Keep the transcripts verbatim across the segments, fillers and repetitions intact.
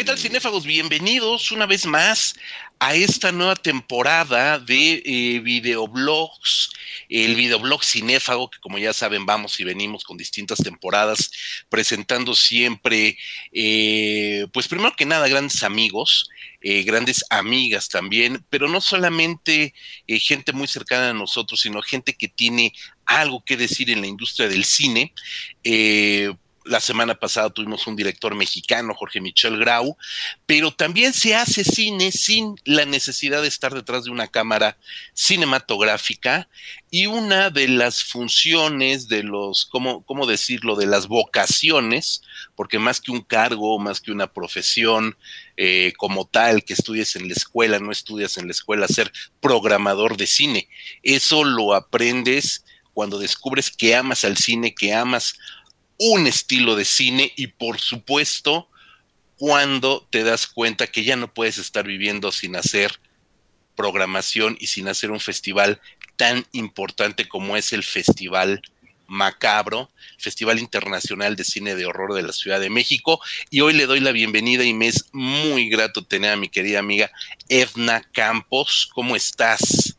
tal, cinéfagos? Bienvenidos una vez más a esta nueva temporada de eh, videoblogs, el videoblog cinéfago, que como ya saben, vamos y venimos con distintas temporadas, presentando siempre, eh, pues primero que nada, grandes amigos, eh, grandes amigas también, pero no solamente eh, gente muy cercana a nosotros, sino gente que tiene algo que decir en la industria del cine. Eh, La semana pasada tuvimos un director mexicano, Jorge Michel Grau, pero también se hace cine sin la necesidad de estar detrás de una cámara cinematográfica, y una de las funciones, de los, ¿cómo, cómo decirlo?, de las vocaciones, porque más que un cargo, más que una profesión eh, como tal, que estudies en la escuela, no estudias en la escuela ser programador de cine. Eso lo aprendes cuando descubres que amas al cine, que amas un estilo de cine, y por supuesto cuando te das cuenta que ya no puedes estar viviendo sin hacer programación y sin hacer un festival tan importante como es el Festival Macabro, Festival Internacional de Cine de Horror de la Ciudad de México. Y hoy le doy la bienvenida y me es muy grato tener a mi querida amiga Edna Campos. ¿Cómo estás?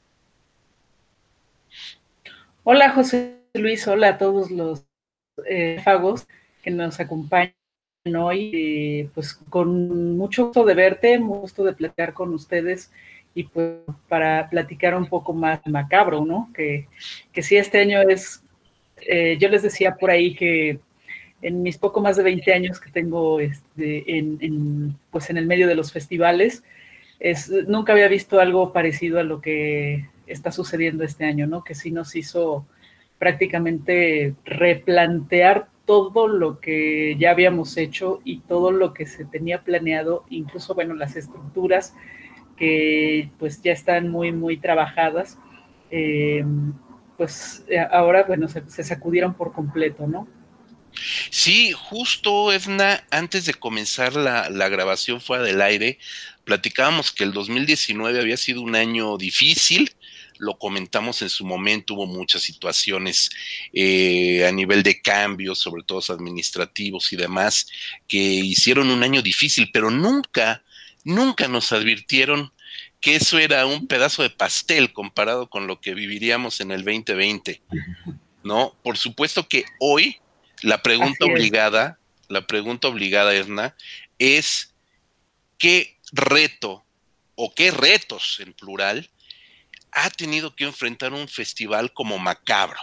Hola José Luis, hola a todos los eh, fagos que nos acompañan hoy, eh, pues con mucho gusto de verte, mucho gusto de platicar con ustedes y pues para platicar un poco más macabro, ¿no? Que, que sí, este año es, eh, yo les decía por ahí que en mis poco más de veinte años que tengo este, en, en, pues en el medio de los festivales, es, nunca había visto algo parecido a lo que está sucediendo este año, ¿no? Que sí nos hizo prácticamente replantear todo lo que ya habíamos hecho y todo lo que se tenía planeado, incluso, bueno, las estructuras que pues ya están muy, muy trabajadas, eh, pues ahora, bueno, se, se sacudieron por completo, ¿no? Sí, justo, Edna, antes de comenzar la, la grabación fuera del aire, platicábamos que el dos mil diecinueve había sido un año difícil. Lo comentamos en su momento, hubo muchas situaciones eh, a nivel de cambios, sobre todo administrativos y demás, que hicieron un año difícil, pero nunca, nunca nos advirtieron que eso era un pedazo de pastel comparado con lo que viviríamos en el veinte veinte, ¿no? Por supuesto que hoy la pregunta Así es. obligada, la pregunta obligada, Edna, es qué reto o qué retos en plural ha tenido que enfrentar un festival como Macabro.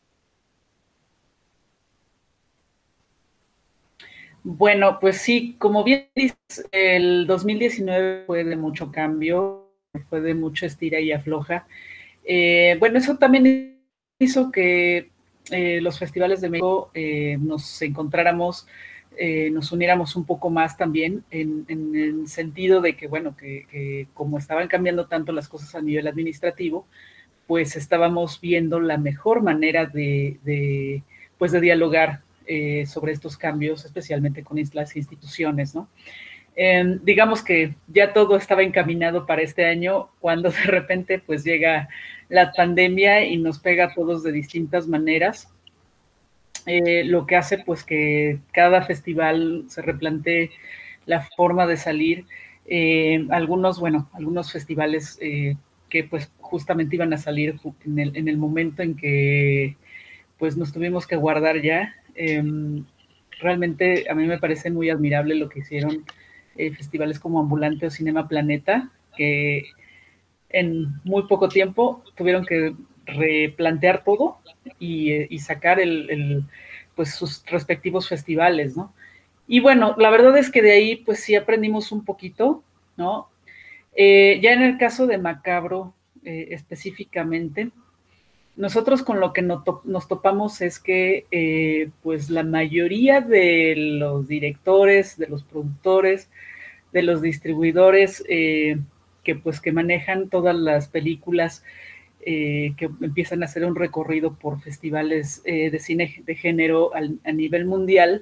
Bueno, pues sí, como bien dices, el dos mil diecinueve fue de mucho cambio, fue de mucho estira y afloja. Eh, bueno, eso también hizo que eh, los festivales de México eh, nos encontráramos, eh, nos uniéramos un poco más también, en, en el sentido de que, bueno, que, que como estaban cambiando tanto las cosas a nivel administrativo, pues estábamos viendo la mejor manera de, de pues de dialogar eh, sobre estos cambios, especialmente con las instituciones, ¿no? Eh, digamos que ya todo estaba encaminado para este año, cuando de repente pues llega la pandemia y nos pega a todos de distintas maneras, eh, lo que hace pues que cada festival se replantee la forma de salir. Eh, algunos, bueno, algunos festivales eh, que pues justamente iban a salir en el, en el momento en que pues nos tuvimos que guardar ya. Eh, realmente a mí me parece muy admirable lo que hicieron eh, festivales como Ambulante o Cinema Planeta, que en muy poco tiempo tuvieron que replantear todo y, eh, y sacar el, el, pues sus respectivos festivales, ¿no? Y bueno, la verdad es que de ahí pues sí aprendimos un poquito, ¿no? Eh, ya en el caso de Macabro eh, específicamente, nosotros con lo que nos, to nos topamos es que eh, pues la mayoría de los directores, de los productores, de los distribuidores eh, que pues que manejan todas las películas eh, que empiezan a hacer un recorrido por festivales eh, de cine de género al, a nivel mundial,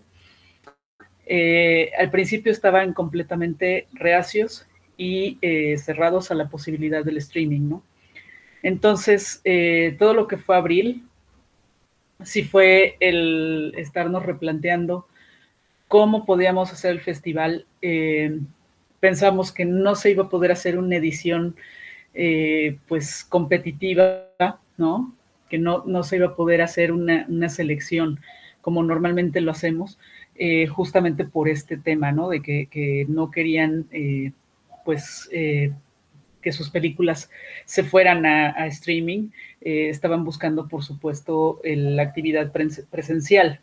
eh, al principio estaban completamente reacios y eh, cerrados a la posibilidad del streaming, ¿no? Entonces, eh, todo lo que fue abril, sí fue el estarnos replanteando cómo podíamos hacer el festival. Eh, pensamos que no se iba a poder hacer una edición eh, pues competitiva, ¿no? Que no, no se iba a poder hacer una, una selección como normalmente lo hacemos, eh, justamente por este tema, ¿no? De que, que no querían, eh, pues, eh, que sus películas se fueran a, a streaming. Eh, estaban buscando, por supuesto, el, la actividad presencial.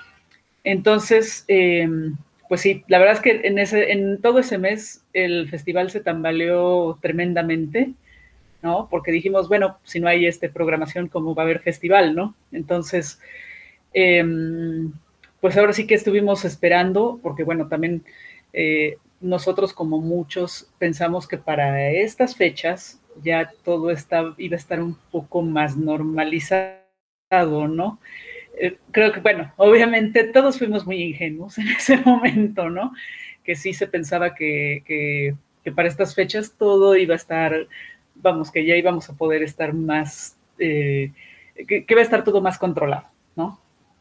Entonces, eh, pues sí, la verdad es que en, ese, en todo ese mes el festival se tambaleó tremendamente, ¿no? Porque dijimos, bueno, si no hay este programación, ¿cómo va a haber festival, no? Entonces, eh, pues ahora sí que estuvimos esperando, porque bueno, también eh, nosotros como muchos pensamos que para estas fechas ya todo está, iba a estar un poco más normalizado, ¿no? Eh, creo que, bueno, obviamente todos fuimos muy ingenuos en ese momento, ¿no? Que sí se pensaba que, que, que para estas fechas todo iba a estar, vamos, que ya íbamos a poder estar más, eh, que, que iba a estar todo más controlado, ¿no?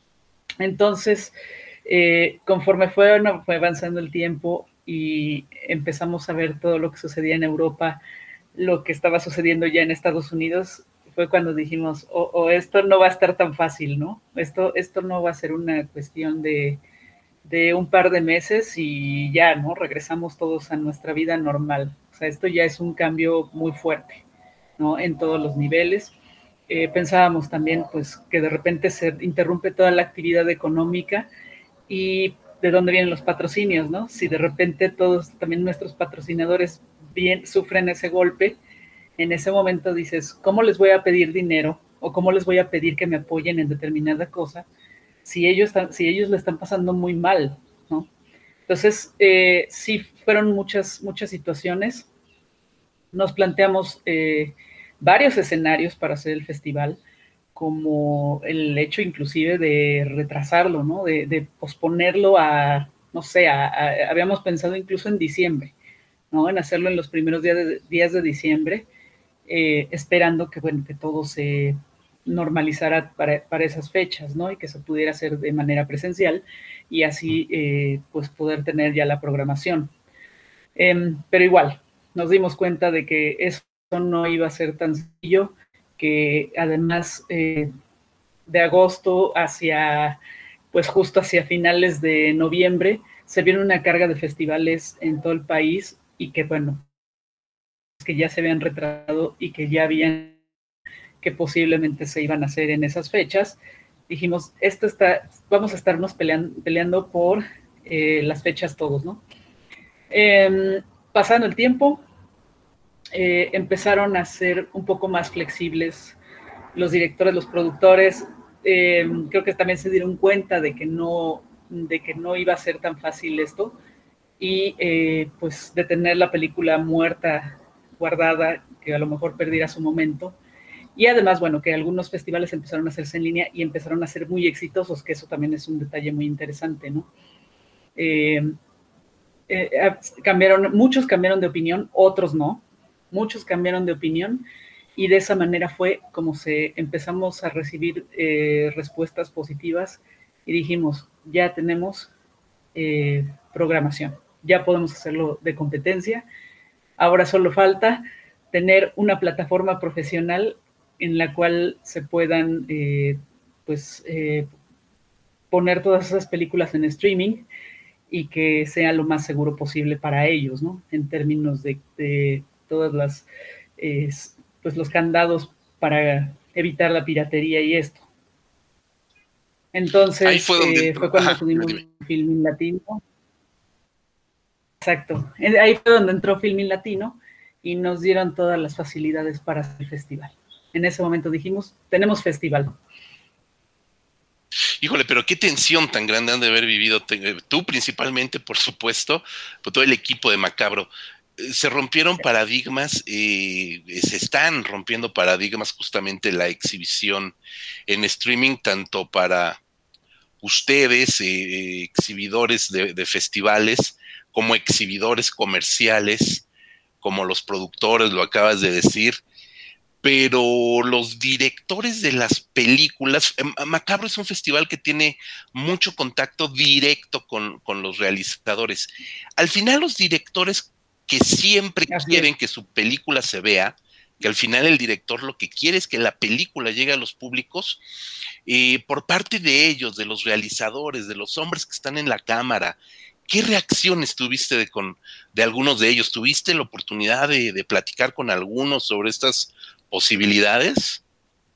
Entonces, eh, conforme fue, no, fue avanzando el tiempo y empezamos a ver todo lo que sucedía en Europa, lo que estaba sucediendo ya en Estados Unidos, fue cuando dijimos, o, o esto no va a estar tan fácil, ¿no? Esto, esto no va a ser una cuestión de, de un par de meses y ya, ¿no? Regresamos todos a nuestra vida normal. O sea, esto ya es un cambio muy fuerte, ¿no? En todos los niveles. Eh, pensábamos también, pues, que de repente se interrumpe toda la actividad económica y de dónde vienen los patrocinios, ¿no? Si de repente todos, también nuestros patrocinadores bien, sufren ese golpe, en ese momento dices, ¿cómo les voy a pedir dinero o cómo les voy a pedir que me apoyen en determinada cosa si ellos, si ellos le están pasando muy mal, ¿no? Entonces, eh, sí fueron muchas, muchas situaciones. Nos planteamos eh, varios escenarios para hacer el festival, como el hecho inclusive de retrasarlo, ¿no? De, de posponerlo a, no sé, a, a, habíamos pensado incluso en diciembre, ¿no? En hacerlo en los primeros días de, días de diciembre, eh, esperando que, bueno, que todo se normalizara para, para, esas fechas, ¿no? Y que se pudiera hacer de manera presencial y así, eh, pues, poder tener ya la programación. Eh, pero igual, nos dimos cuenta de que eso no iba a ser tan sencillo, que además eh, de agosto hacia, pues justo hacia finales de noviembre, se viene una carga de festivales en todo el país y que, bueno, que ya se habían retrasado y que ya habían, que posiblemente se iban a hacer en esas fechas. Dijimos, esto está, vamos a estarnos peleando, peleando por eh, las fechas todos, ¿no? Eh, pasando el tiempo, eh, empezaron a ser un poco más flexibles los directores, los productores. Eh, creo que también se dieron cuenta de que no, de que no iba a ser tan fácil esto y eh, pues de tener la película muerta, guardada, que a lo mejor perdiera su momento. Y además, bueno, que algunos festivales empezaron a hacerse en línea y empezaron a ser muy exitosos, que eso también es un detalle muy interesante, ¿no? Eh, eh, cambiaron, muchos cambiaron de opinión, otros no, muchos cambiaron de opinión y de esa manera fue como se empezamos a recibir eh, respuestas positivas y dijimos, ya tenemos eh, programación, ya podemos hacerlo de competencia, ahora solo falta tener una plataforma profesional en la cual se puedan eh, pues eh, poner todas esas películas en streaming y que sea lo más seguro posible para ellos, ¿no? En términos de, de todas las, eh, pues los candados para evitar la piratería y esto. Entonces, ahí fue donde eh, entró. fue cuando Ajá, dime, acudimos dime. a Filmin Latino. Exacto. Ahí fue donde entró Filmin Latino y nos dieron todas las facilidades para hacer el festival. En ese momento dijimos, tenemos festival. Híjole, pero qué tensión tan grande han de haber vivido tú principalmente, por supuesto, por todo el equipo de Macabro. Se rompieron paradigmas, eh, se están rompiendo paradigmas justamente la exhibición en streaming, tanto para ustedes, eh, exhibidores de, de festivales, como exhibidores comerciales, como los productores, lo acabas de decir. pero los directores de las películas, Macabro es un festival que tiene mucho contacto directo con, con los realizadores. Al final los directores que siempre Así quieren es. que su película se vea, que al final el director lo que quiere es que la película llegue a los públicos, eh, por parte de ellos, de los realizadores, de los hombres que están en la cámara. ¿Qué reacciones tuviste de, con, de algunos de ellos? ¿Tuviste la oportunidad de, de platicar con algunos sobre estas posibilidades?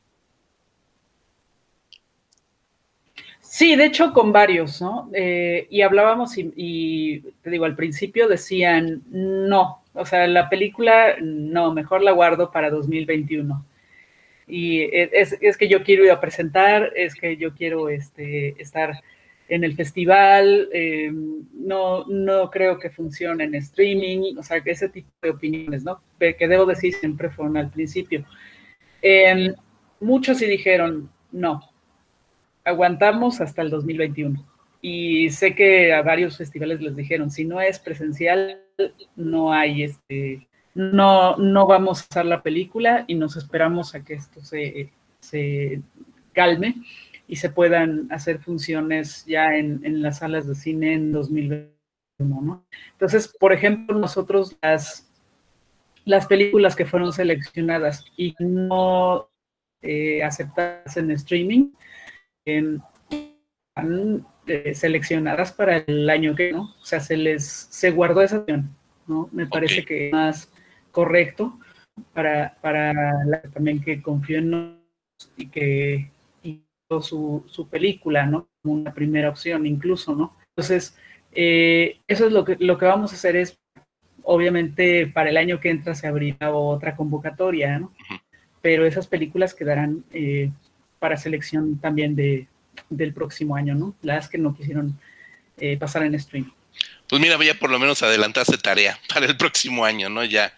Sí, de hecho con varios, ¿no? Eh, y hablábamos y, y, te digo, al principio decían, no, o sea, la película, no, mejor la guardo para dos mil veintiuno. Y es, es que yo quiero ir a presentar, es que yo quiero este, estar en el festival, eh, no, no creo que funcione en streaming, o sea, ese tipo de opiniones, ¿no? Que debo decir siempre fueron al principio. Eh, muchos sí dijeron, no, aguantamos hasta el dos mil veintiuno. Y sé que a varios festivales les dijeron, si no es presencial, no hay este, no, no vamos a hacer la película y nos esperamos a que esto se, se calme y se puedan hacer funciones ya en, en las salas de cine en dos mil veintiuno, ¿no? Entonces, por ejemplo, nosotros las, las películas que fueron seleccionadas y no eh, aceptadas en streaming, eh, eh, seleccionadas para el año que, ¿no? O sea, se les, se guardó esa opción, ¿no? Me parece Okay. que es más correcto para, para la, también que confió en nosotros y que hizo su, su película, ¿no? Como una primera opción incluso, ¿no? Entonces, eh, eso es lo que, lo que vamos a hacer es, obviamente, para el año que entra se abrirá otra convocatoria, ¿no? Uh-huh. Pero esas películas quedarán eh, para selección también de, del próximo año, ¿no? Las que no quisieron eh, pasar en stream. Pues mira, ya por lo menos adelantaste tarea para el próximo año, ¿no? Ya.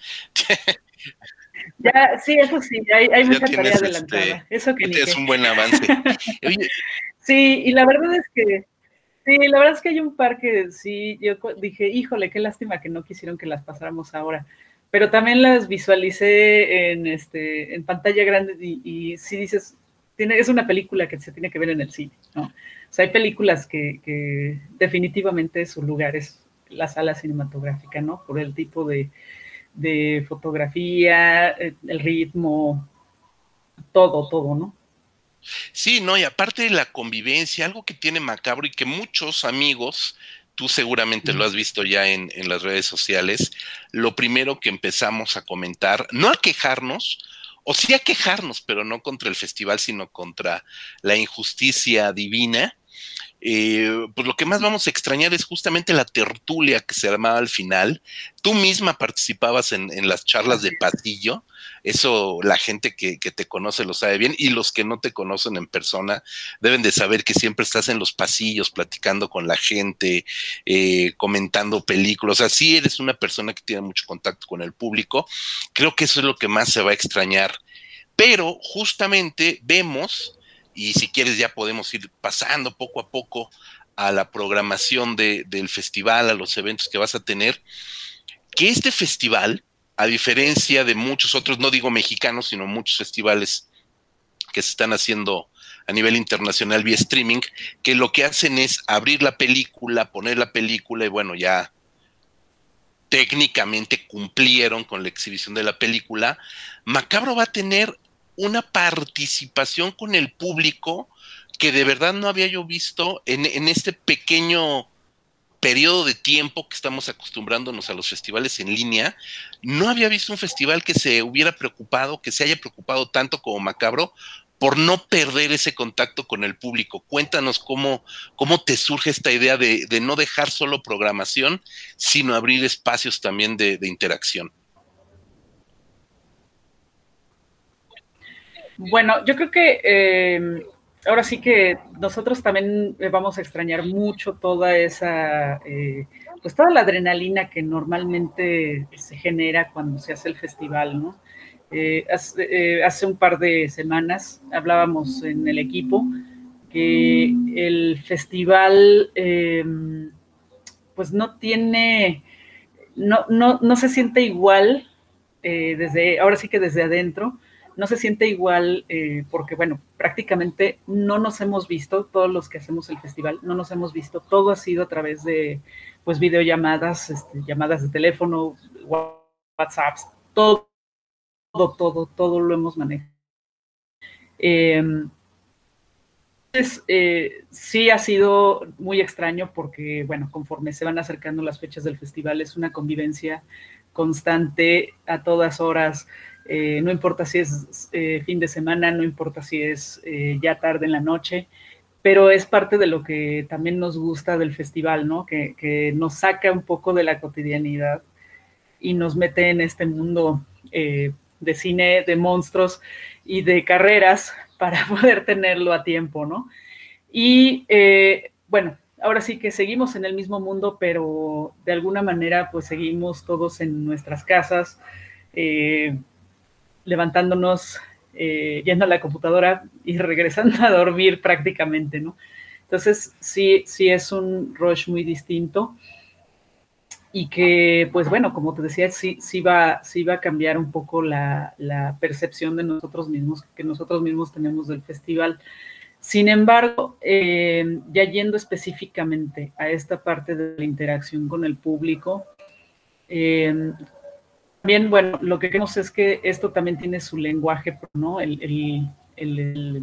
Ya, sí, eso sí, hay, hay ya mucha tarea tienes adelantada. este, Eso que ya ni tienes qué. un buen avance. Oye, Sí, y la verdad es que, sí, la verdad es que hay un par que sí, yo dije, híjole, qué lástima que no quisieron que las pasáramos ahora. Pero también las visualicé en, este, en pantalla grande y, y sí dices, tiene, es una película que se tiene que ver en el cine, ¿no? O sea, hay películas que, que definitivamente su lugar es la sala cinematográfica, ¿no? Por el tipo de, de fotografía, el ritmo, todo, todo, ¿no? sí, no, y aparte de la convivencia, algo que tiene Macabro y que muchos amigos, tú seguramente lo has visto ya en, en las redes sociales, lo primero que empezamos a comentar, no a quejarnos, o sí a quejarnos, pero no contra el festival, sino contra la injusticia divina. Eh, pues lo que más vamos a extrañar es justamente la tertulia que se armaba al final. Tú misma participabas en, en las charlas de pasillo. Eso la gente que, que, te conoce lo sabe bien, y los que no te conocen en persona deben de saber que siempre estás en los pasillos platicando con la gente, eh, comentando películas. Así eres una persona que tiene mucho contacto con el público. Creo que eso es lo que más se va a extrañar. Pero justamente vemos, y si quieres ya podemos ir pasando poco a poco a la programación de, del festival, a los eventos que vas a tener, que este festival, a diferencia de muchos otros, no digo mexicanos, sino muchos festivales que se están haciendo a nivel internacional vía streaming, que lo que hacen es abrir la película, poner la película y bueno, ya técnicamente cumplieron con la exhibición de la película. Macabro va a tener una participación con el público que de verdad no había yo visto en, en este pequeño periodo de tiempo que estamos acostumbrándonos a los festivales en línea. No había visto un festival que se hubiera preocupado, que se haya preocupado tanto como Macabro por no perder ese contacto con el público. Cuéntanos cómo, cómo te surge esta idea de, de no dejar solo programación, sino abrir espacios también de, de interacción. Bueno, yo creo que eh, ahora sí que nosotros también vamos a extrañar mucho toda esa, eh, pues toda la adrenalina que normalmente se genera cuando se hace el festival, ¿no? Eh, hace, eh, hace un par de semanas hablábamos en el equipo que el festival eh, pues no tiene, no, no, no se siente igual eh, desde, ahora sí que desde adentro, no se siente igual eh, porque, bueno, prácticamente no nos hemos visto, todos los que hacemos el festival, no nos hemos visto, todo ha sido a través de, pues, videollamadas, este, llamadas de teléfono, WhatsApp, todo, todo, todo, todo lo hemos manejado. Eh, Entonces, eh, sí ha sido muy extraño porque, bueno, conforme se van acercando las fechas del festival, es una convivencia constante a todas horas, eh, no importa si es eh, fin de semana, no importa si es eh, ya tarde en la noche, pero es parte de lo que también nos gusta del festival, ¿no? Que, que nos saca un poco de la cotidianidad y nos mete en este mundo eh, de cine, de monstruos y de carreras para poder tenerlo a tiempo, ¿no? Y eh, bueno, ahora sí que seguimos en el mismo mundo, pero de alguna manera pues seguimos todos en nuestras casas, eh, levantándonos, eh, yendo a la computadora y regresando a dormir prácticamente, ¿no? Entonces sí, sí es un rush muy distinto y que, pues bueno, como te decía, sí, sí, va, sí va a cambiar un poco la, la percepción de nosotros mismos, que nosotros mismos tenemos del festival. Sin embargo, eh, ya yendo específicamente a esta parte de la interacción con el público, eh, también, bueno, lo que queremos es que esto también tiene su lenguaje, ¿no? El, el, el, el,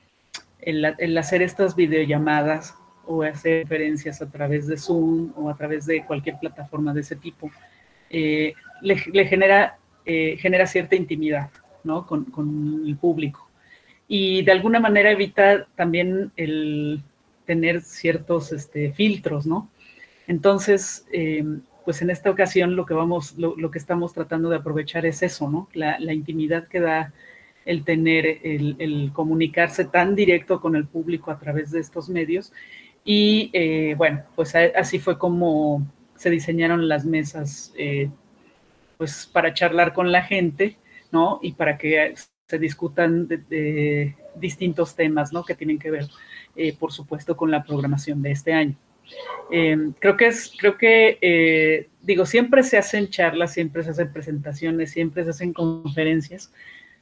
el, el hacer estas videollamadas o hacer referencias a través de Zoom o a través de cualquier plataforma de ese tipo, eh, le, le genera, eh, genera cierta intimidad, ¿no? Con, con el público. Y de alguna manera evita también el tener ciertos este, filtros, ¿no? Entonces, eh, pues en esta ocasión lo que vamos, lo, lo, que estamos tratando de aprovechar es eso, ¿no? La, la intimidad que da el tener, el, el, comunicarse tan directo con el público a través de estos medios. Y eh, bueno, pues a, así fue como se diseñaron las mesas, eh, pues para charlar con la gente, ¿no? Y para que se discutan de, de distintos temas, ¿no? Que tienen que ver, eh, por supuesto, con la programación de este año. Eh, creo que es, creo que, eh, digo, siempre se hacen charlas, siempre se hacen presentaciones, siempre se hacen conferencias,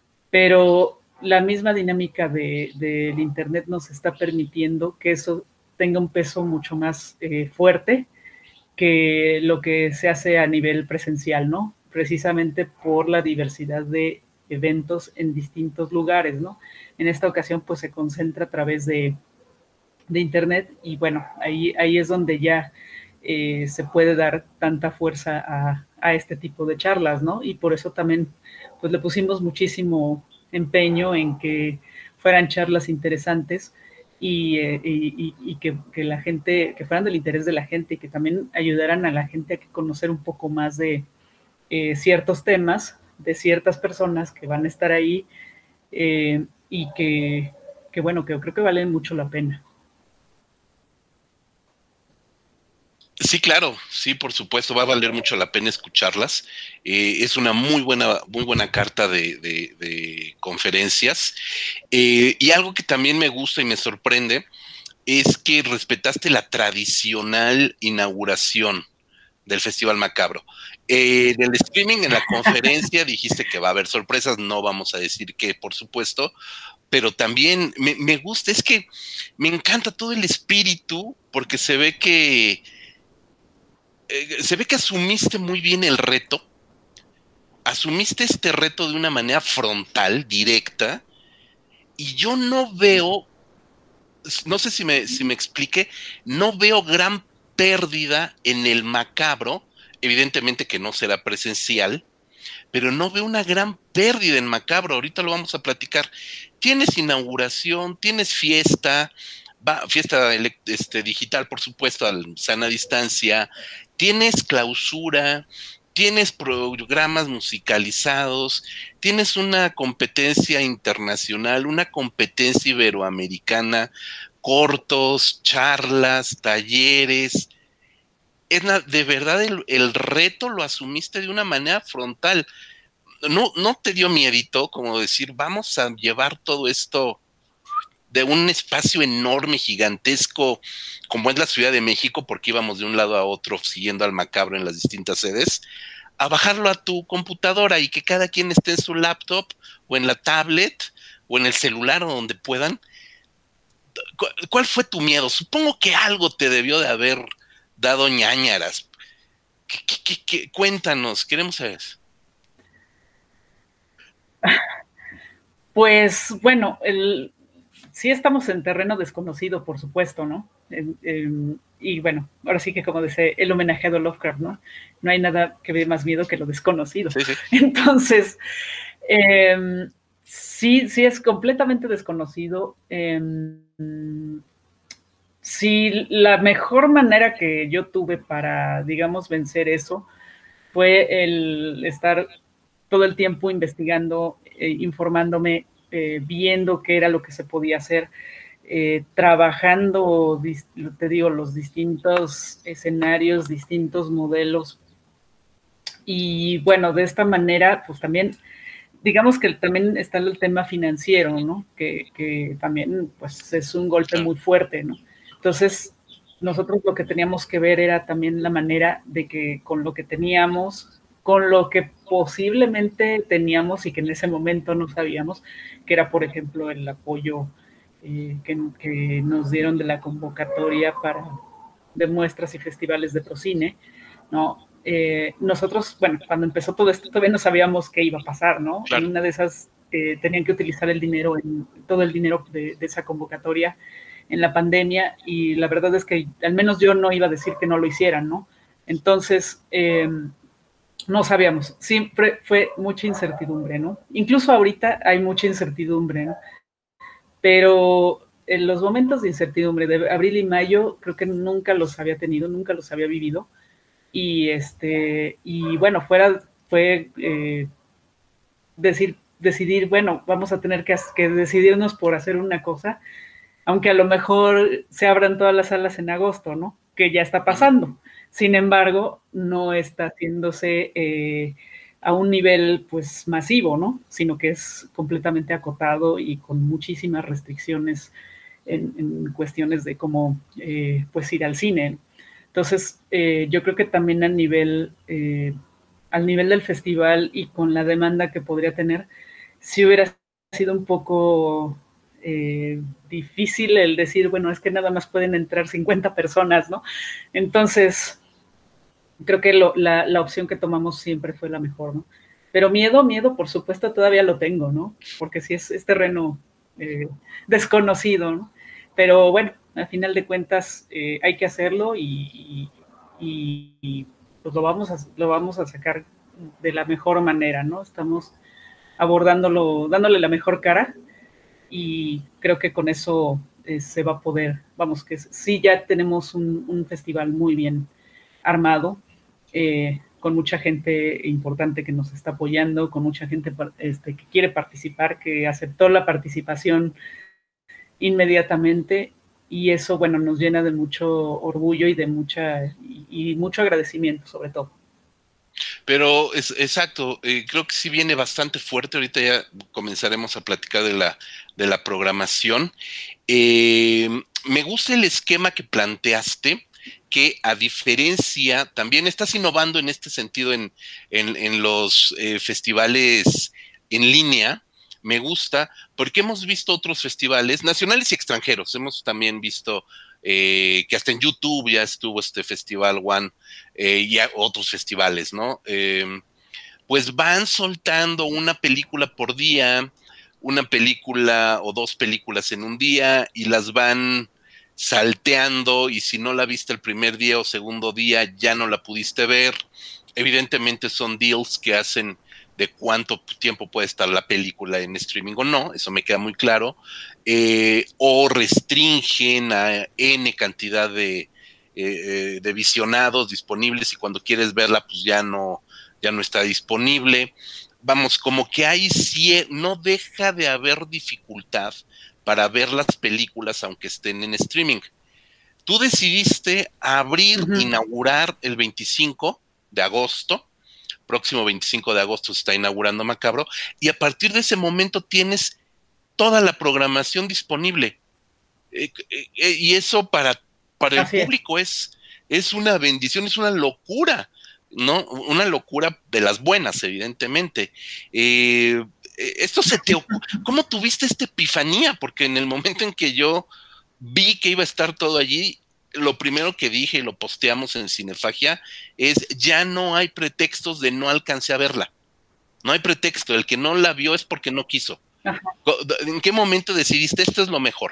pero la misma dinámica de, del Internet nos está permitiendo que eso tenga un peso mucho más eh, fuerte que lo que se hace a nivel presencial, ¿no? Precisamente por la diversidad de eventos en distintos lugares, ¿no? En esta ocasión, pues se concentra a través de, de Internet y bueno, ahí, ahí es donde ya eh, se puede dar tanta fuerza a, a este tipo de charlas, ¿no? Y por eso también, pues le pusimos muchísimo empeño en que fueran charlas interesantes y, eh, y, y que, que la gente, que fueran del interés de la gente y que también ayudaran a la gente a conocer un poco más de eh, ciertos temas, de ciertas personas que van a estar ahí eh, y que, que, bueno, que creo que valen mucho la pena. Sí, claro, sí, por supuesto, va a valer mucho la pena escucharlas. Eh, es una muy buena, muy buena carta de, de, de conferencias. Eh, y algo que también me gusta y me sorprende es que respetaste la tradicional inauguración del Festival Macabro. Eh, en el streaming, en la conferencia, dijiste que va a haber sorpresas, no vamos a decir qué, por supuesto, pero también me, me gusta, es que me encanta todo el espíritu, porque se ve que eh, se ve que asumiste muy bien el reto, asumiste este reto de una manera frontal, directa, y yo no veo, no sé si me, si me explique, no veo gran pérdida en el macabro, evidentemente que no será presencial, pero no veo una gran pérdida en macabro, ahorita lo vamos a platicar. Tienes inauguración, tienes fiesta, va, fiesta este, digital, por supuesto, a sana distancia, tienes clausura, tienes programas musicalizados, tienes una competencia internacional, una competencia iberoamericana, cortos, charlas, talleres. Es la, de verdad el, el reto lo asumiste de una manera frontal. No, no te dio miedito como decir, vamos a llevar todo esto de un espacio enorme, gigantesco, como es la Ciudad de México, porque íbamos de un lado a otro siguiendo al macabro en las distintas sedes, a bajarlo a tu computadora y que cada quien esté en su laptop o en la tablet o en el celular o donde puedan. ¿Cuál fue tu miedo? Supongo que algo te debió de haber dado ñáñaras. ¿Qué, qué, qué, qué? Cuéntanos, queremos saber. Pues bueno, el, sí estamos en terreno desconocido, por supuesto, ¿no? En, en, y bueno, ahora sí que como dice el homenajeado a Lovecraft, ¿no? No hay nada que dé más miedo que lo desconocido. Sí, sí. Entonces, eh, sí, sí es completamente desconocido. Eh, sí, la mejor manera que yo tuve para, digamos, vencer eso fue el estar todo el tiempo investigando, eh, informándome, eh, viendo qué era lo que se podía hacer, eh, trabajando, te digo, los distintos escenarios, distintos modelos. Y bueno, de esta manera, pues también, digamos que también está el tema financiero, ¿no? Que, que también, pues, es un golpe Claro. muy fuerte, ¿no? Entonces, nosotros lo que teníamos que ver era también la manera de que con lo que teníamos, con lo que posiblemente teníamos y que en ese momento no sabíamos, que era, por ejemplo, el apoyo eh, que, que, nos dieron de la convocatoria para de muestras y festivales de Procine, ¿no? Eh, nosotros, bueno, cuando empezó todo esto todavía no sabíamos qué iba a pasar, ¿no? Claro. En una de esas eh, tenían que utilizar el dinero, en, todo el dinero de, de esa convocatoria en la pandemia y la verdad es que al menos yo no iba a decir que no lo hicieran, ¿no? Entonces, eh, no sabíamos, siempre fue mucha incertidumbre, ¿no? Incluso ahorita hay mucha incertidumbre, ¿no? Pero en los momentos de incertidumbre de abril y mayo creo que nunca los había tenido, nunca los había vivido y este y bueno, fuera fue eh, decir, decidir, bueno, vamos a tener que, que decidirnos por hacer una cosa, aunque a lo mejor se abran todas las salas en agosto, ¿no? Que ya está pasando. Sin embargo, no está haciéndose eh, a un nivel pues masivo, ¿no? Sino que es completamente acotado y con muchísimas restricciones en, en cuestiones de cómo eh, pues ir al cine. Entonces, eh, yo creo que también a nivel, eh, al nivel del festival y con la demanda que podría tener, si hubiera sido un poco eh, difícil el decir, bueno, es que nada más pueden entrar cincuenta personas, ¿no? Entonces, creo que lo, la, la opción que tomamos siempre fue la mejor, ¿no? Pero miedo, miedo, por supuesto, todavía lo tengo, ¿no? Porque sí es, es terreno eh, desconocido, ¿no? Pero bueno, al final de cuentas eh, hay que hacerlo y, y, y, pues lo vamos, a, lo vamos a sacar de la mejor manera, ¿no? Estamos abordándolo, dándole la mejor cara y creo que con eso eh, se va a poder, vamos, que sí ya tenemos un, un festival muy bien armado, eh, con mucha gente importante que nos está apoyando, con mucha gente este, que quiere participar, que aceptó la participación inmediatamente y eso, bueno, nos llena de mucho orgullo y de mucha y, y mucho agradecimiento sobre todo. Pero es exacto, eh, creo que sí viene bastante fuerte. Ahorita ya comenzaremos a platicar de la, de la programación. Eh, me gusta el esquema que planteaste, que a diferencia, también estás innovando en este sentido en, en, en los eh, festivales en línea. Me gusta, porque hemos visto otros festivales nacionales y extranjeros. Hemos también visto eh, que hasta en YouTube ya estuvo este Festival One eh, y otros festivales, ¿no? Eh, pues van soltando una película por día, una película o dos películas en un día y las van salteando y si no la viste el primer día o segundo día ya no la pudiste ver. Evidentemente son deals que hacen de cuánto tiempo puede estar la película en streaming o no, eso me queda muy claro, eh, o restringen a N cantidad de, eh, de visionados disponibles y cuando quieres verla pues ya no, ya no está disponible. Vamos, como que ahí sí no deja de haber dificultad para ver las películas aunque estén en streaming. Tú decidiste abrir, uh-huh. inaugurar el veinticinco de agosto, próximo veinticinco de agosto se está inaugurando Macabro, y a partir de ese momento tienes toda la programación disponible. Eh, eh, y eso para, para el Así público es. Es, es una bendición, es una locura ¿no? Una locura de las buenas, evidentemente. Eh, esto se te ocurre, ¿cómo tuviste esta epifanía? Porque en el momento en que yo vi que iba a estar todo allí, lo primero que dije y lo posteamos en Cinefagia es, ya no hay pretextos de no alcancé a verla. No hay pretexto, el que no la vio es porque no quiso. Ajá. ¿En qué momento decidiste esto es lo mejor?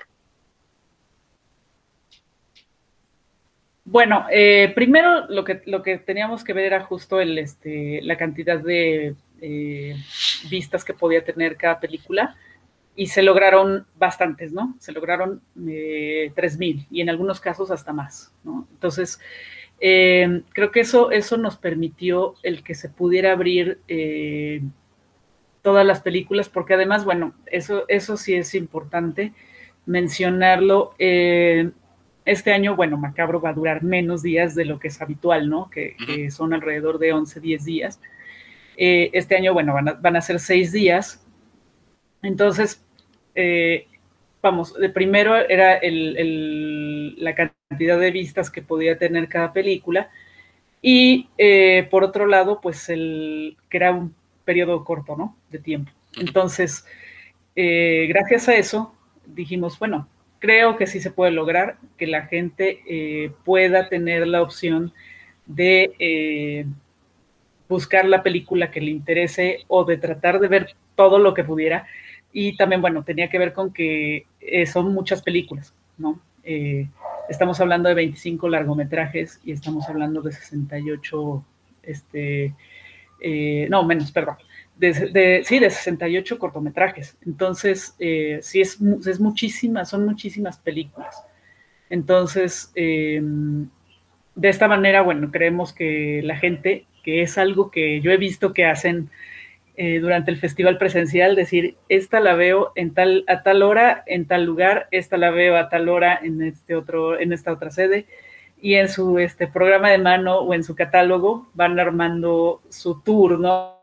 Bueno, eh, primero lo que, lo que teníamos que ver era justo el, este, la cantidad de eh, vistas que podía tener cada película y se lograron bastantes, ¿no? Se lograron eh, tres mil y en algunos casos hasta más, ¿no? Entonces, eh, creo que eso, eso nos permitió el que se pudiera abrir eh, todas las películas, porque además, bueno, eso, eso sí es importante mencionarlo. Eh, este año, bueno, Macabro va a durar menos días de lo que es habitual, ¿no? Que, Uh-huh. que son alrededor de once, diez días. Eh, este año, bueno, van a, van a ser seis días. Entonces, eh, vamos, de primero era el, el, la cantidad de vistas que podía tener cada película y eh, por otro lado, pues el que era un periodo corto, ¿no? De tiempo. Entonces, eh, gracias a eso, dijimos, bueno, creo que sí se puede lograr que la gente eh, pueda tener la opción de eh, buscar la película que le interese o de tratar de ver todo lo que pudiera. Y también, bueno, tenía que ver con que eh, son muchas películas, ¿no? Eh, estamos hablando de veinticinco largometrajes y estamos hablando de sesenta y ocho, este, eh, no, menos, perdón, de, de, sí, de sesenta y ocho cortometrajes. Entonces, eh, sí, es, es muchísimas, son muchísimas películas. Entonces, eh, de esta manera, bueno, creemos que la gente, que es algo que yo he visto que hacen eh, durante el festival presencial, decir, esta la veo en tal, a tal hora, en tal lugar, esta la veo a tal hora en, este otro, en esta otra sede, y en su este, programa de mano o en su catálogo van armando su tour, ¿no?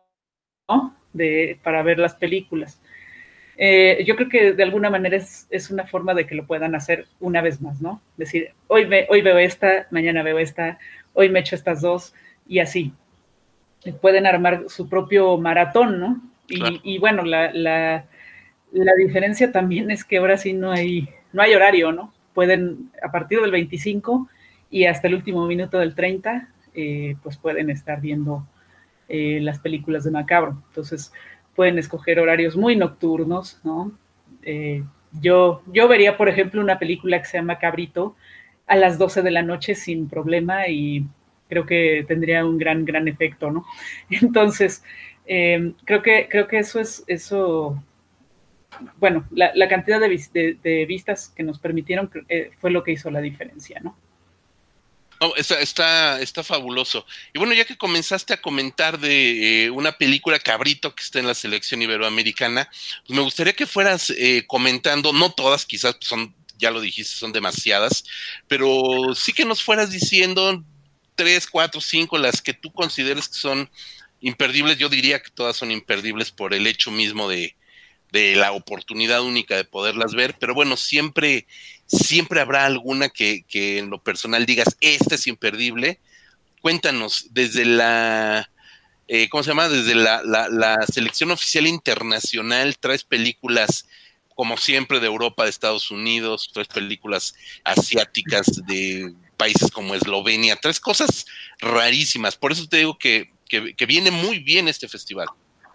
De, para ver las películas. Eh, yo creo que de alguna manera es, es, una forma de que lo puedan hacer una vez más, ¿no? Decir, hoy, ve, hoy veo esta, mañana veo esta, hoy me echo estas dos, y así. Pueden armar su propio maratón, ¿no? Claro. Y, y bueno, la, la, la, diferencia también es que ahora sí no hay, no hay horario, ¿no? Pueden, a partir del veinticinco y hasta el último minuto del treinta, eh, pues pueden estar viendo eh, las películas de Macabro. Entonces, pueden escoger horarios muy nocturnos, ¿no? Eh, yo, yo vería, por ejemplo, una película que se llama Cabrito a las doce de la noche sin problema y creo que tendría un gran, gran efecto, ¿no? Entonces, eh, creo, que, creo que eso es, eso, bueno, la, la cantidad de, de, de, vistas que nos permitieron eh, fue lo que hizo la diferencia, ¿no? Oh, está, está, está fabuloso. Y bueno, ya que comenzaste a comentar de eh, una película Cabrito que está en la selección iberoamericana, pues me gustaría que fueras eh, comentando, no todas, quizás son, ya lo dijiste, son demasiadas, pero sí que nos fueras diciendo tres, cuatro, cinco, las que tú consideres que son imperdibles. Yo diría que todas son imperdibles por el hecho mismo de, de la oportunidad única de poderlas ver, pero bueno, siempre, siempre habrá alguna que, que en lo personal digas, esta es imperdible. Cuéntanos, desde la, eh, ¿cómo se llama? Desde la, la, la selección oficial internacional, traes películas como siempre de Europa, de Estados Unidos, traes películas asiáticas de países como Eslovenia, traes cosas rarísimas, por eso te digo que, que, que viene muy bien este festival.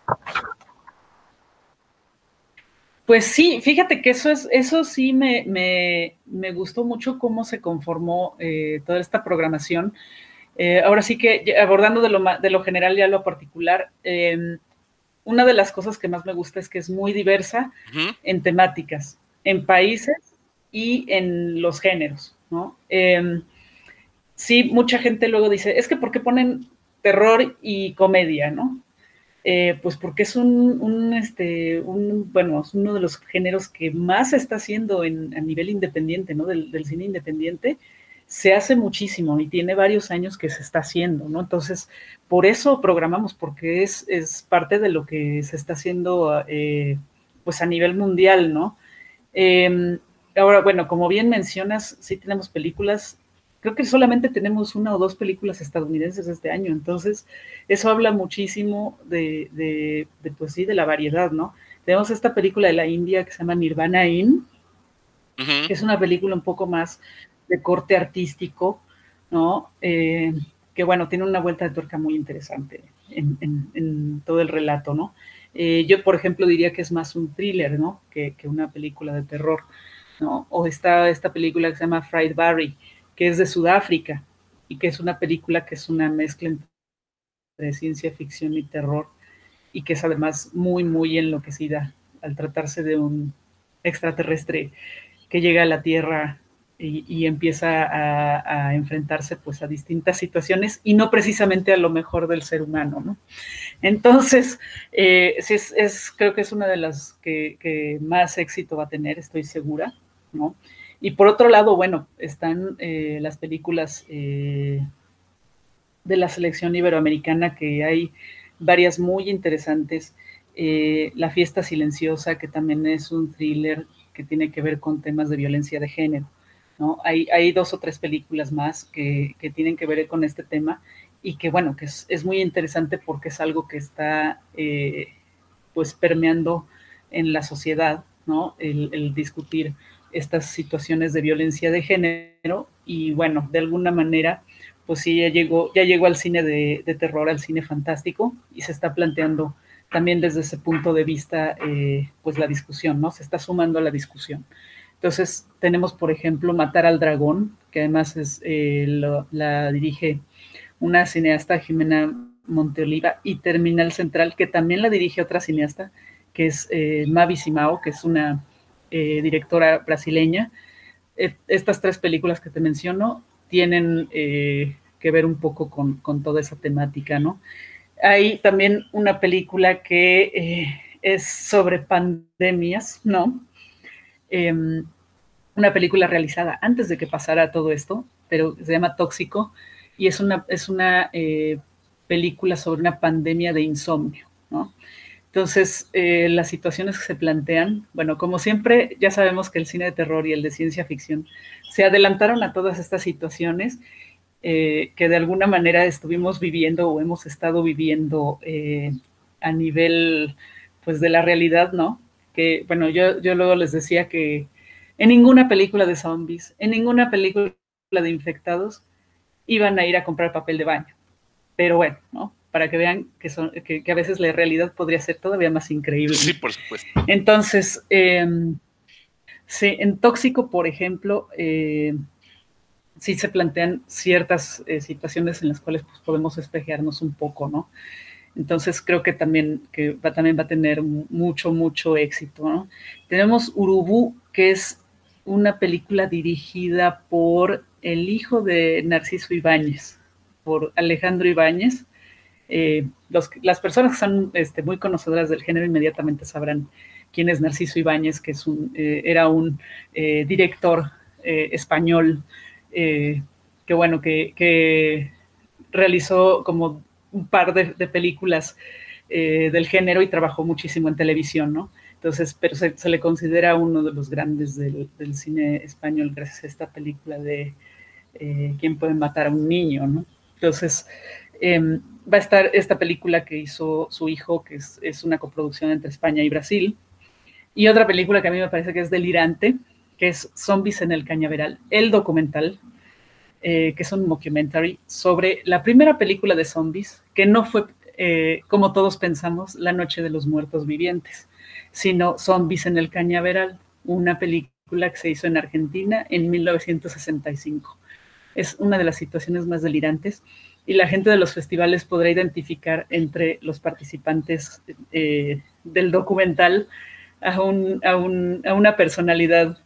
Pues sí, fíjate que eso es, eso sí me, me, me gustó mucho cómo se conformó eh, toda esta programación. Eh, ahora sí que abordando de lo, de lo general y a lo particular, eh, una de las cosas que más me gusta es que es muy diversa uh-huh. en temáticas, en países y en los géneros, ¿no? Eh, sí, mucha gente luego dice, es que ¿por qué ponen terror y comedia, no? Eh, pues porque es un, un, este, un, bueno, es uno de los géneros que más se está haciendo en, a nivel independiente, ¿no? Del, del cine independiente, se hace muchísimo y tiene varios años que se está haciendo, ¿no? Entonces, por eso programamos, porque es, es parte de lo que se está haciendo, eh, pues a nivel mundial, ¿no? Eh, ahora, bueno, como bien mencionas, sí tenemos películas. Creo creo que solamente tenemos una o dos películas estadounidenses este año, entonces eso habla muchísimo de, de, de pues sí, de la variedad, ¿no? Tenemos esta película de la India que se llama Nirvana In, uh-huh. que es una película un poco más de corte artístico, ¿no? Eh, que bueno, tiene una vuelta de tuerca muy interesante en, en, en todo el relato, ¿no? Eh, yo, por ejemplo, diría que es más un thriller, ¿no? Que, que una película de terror, ¿no? O está esta película que se llama Fried Barry, que es de Sudáfrica, y que es una película que es una mezcla entre ciencia ficción y terror, y que es además muy, muy enloquecida al tratarse de un extraterrestre que llega a la Tierra y, y empieza a, a enfrentarse pues a distintas situaciones y no precisamente a lo mejor del ser humano, ¿no? Entonces, eh, sí es, es, creo que es una de las que, que más éxito va a tener, estoy segura, ¿no? Y por otro lado, bueno, están eh, las películas eh, de la selección iberoamericana, que hay varias muy interesantes. Eh, La fiesta silenciosa, que también es un thriller que tiene que ver con temas de violencia de género, ¿no? Hay, hay dos o tres películas más que, que tienen que ver con este tema y que, bueno, que es, es muy interesante porque es algo que está, eh, pues, permeando en la sociedad, ¿no? El, el discutir estas situaciones de violencia de género y, bueno, de alguna manera, pues sí, ya llegó, ya llegó al cine de, de terror, al cine fantástico, y se está planteando también desde ese punto de vista, eh, pues la discusión, ¿no? Se está sumando a la discusión. Entonces, tenemos, por ejemplo, Matar al Dragón, que además es, eh, lo, la dirige una cineasta, Jimena Monteoliva, y Terminal Central, que también la dirige otra cineasta, que es eh, Mavi Simao, que es una eh, directora brasileña. Eh, estas tres películas que te menciono tienen eh, que ver un poco con, con toda esa temática, ¿no? Hay también una película que eh, es sobre pandemias, ¿no? Eh, una película realizada antes de que pasara todo esto, pero se llama Tóxico, y es una, es una eh, película sobre una pandemia de insomnio, ¿no? Entonces, eh, las situaciones que se plantean, bueno, como siempre, ya sabemos que el cine de terror y el de ciencia ficción se adelantaron a todas estas situaciones eh, que de alguna manera estuvimos viviendo o hemos estado viviendo eh, a nivel, pues, de la realidad, ¿no? Que, bueno, yo, yo luego les decía que en ninguna película de zombies, en ninguna película de infectados, iban a ir a comprar papel de baño. Pero bueno, ¿no? Para que vean que, son, que, que a veces la realidad podría ser todavía más increíble. Sí, por supuesto. Entonces, eh, sí, en Tóxico, por ejemplo, eh, sí se plantean ciertas eh, situaciones en las cuales pues, podemos espejearnos un poco, ¿no? Entonces creo que también, que va, también va a tener mucho, mucho éxito, ¿no? Tenemos Urubú, que es una película dirigida por el hijo de Narciso Ibáñez, por Alejandro Ibáñez. Eh, los, las personas que son este, muy conocedoras del género inmediatamente sabrán quién es Narciso Ibáñez, que es un, eh, era un eh, director eh, español eh, que, bueno, que, que realizó como un par de, de películas eh, del género y trabajó muchísimo en televisión, ¿no? Entonces, pero se, se le considera uno de los grandes del, del cine español gracias a esta película de eh, ¿Quién puede matar a un niño?, ¿no? Entonces, eh, va a estar esta película que hizo su hijo, que es, es una coproducción entre España y Brasil, y otra película que a mí me parece que es delirante, que es Zombies en el Cañaveral, el documental, eh, que es un mockumentary sobre la primera película de zombies, que no fue, eh, como todos pensamos, La Noche de los Muertos Vivientes, sino Zombies en el Cañaveral, una película que se hizo en Argentina en mil novecientos sesenta y cinco. Es una de las situaciones más delirantes y la gente de los festivales podrá identificar entre los participantes eh, del documental a, un, a, un, a una personalidad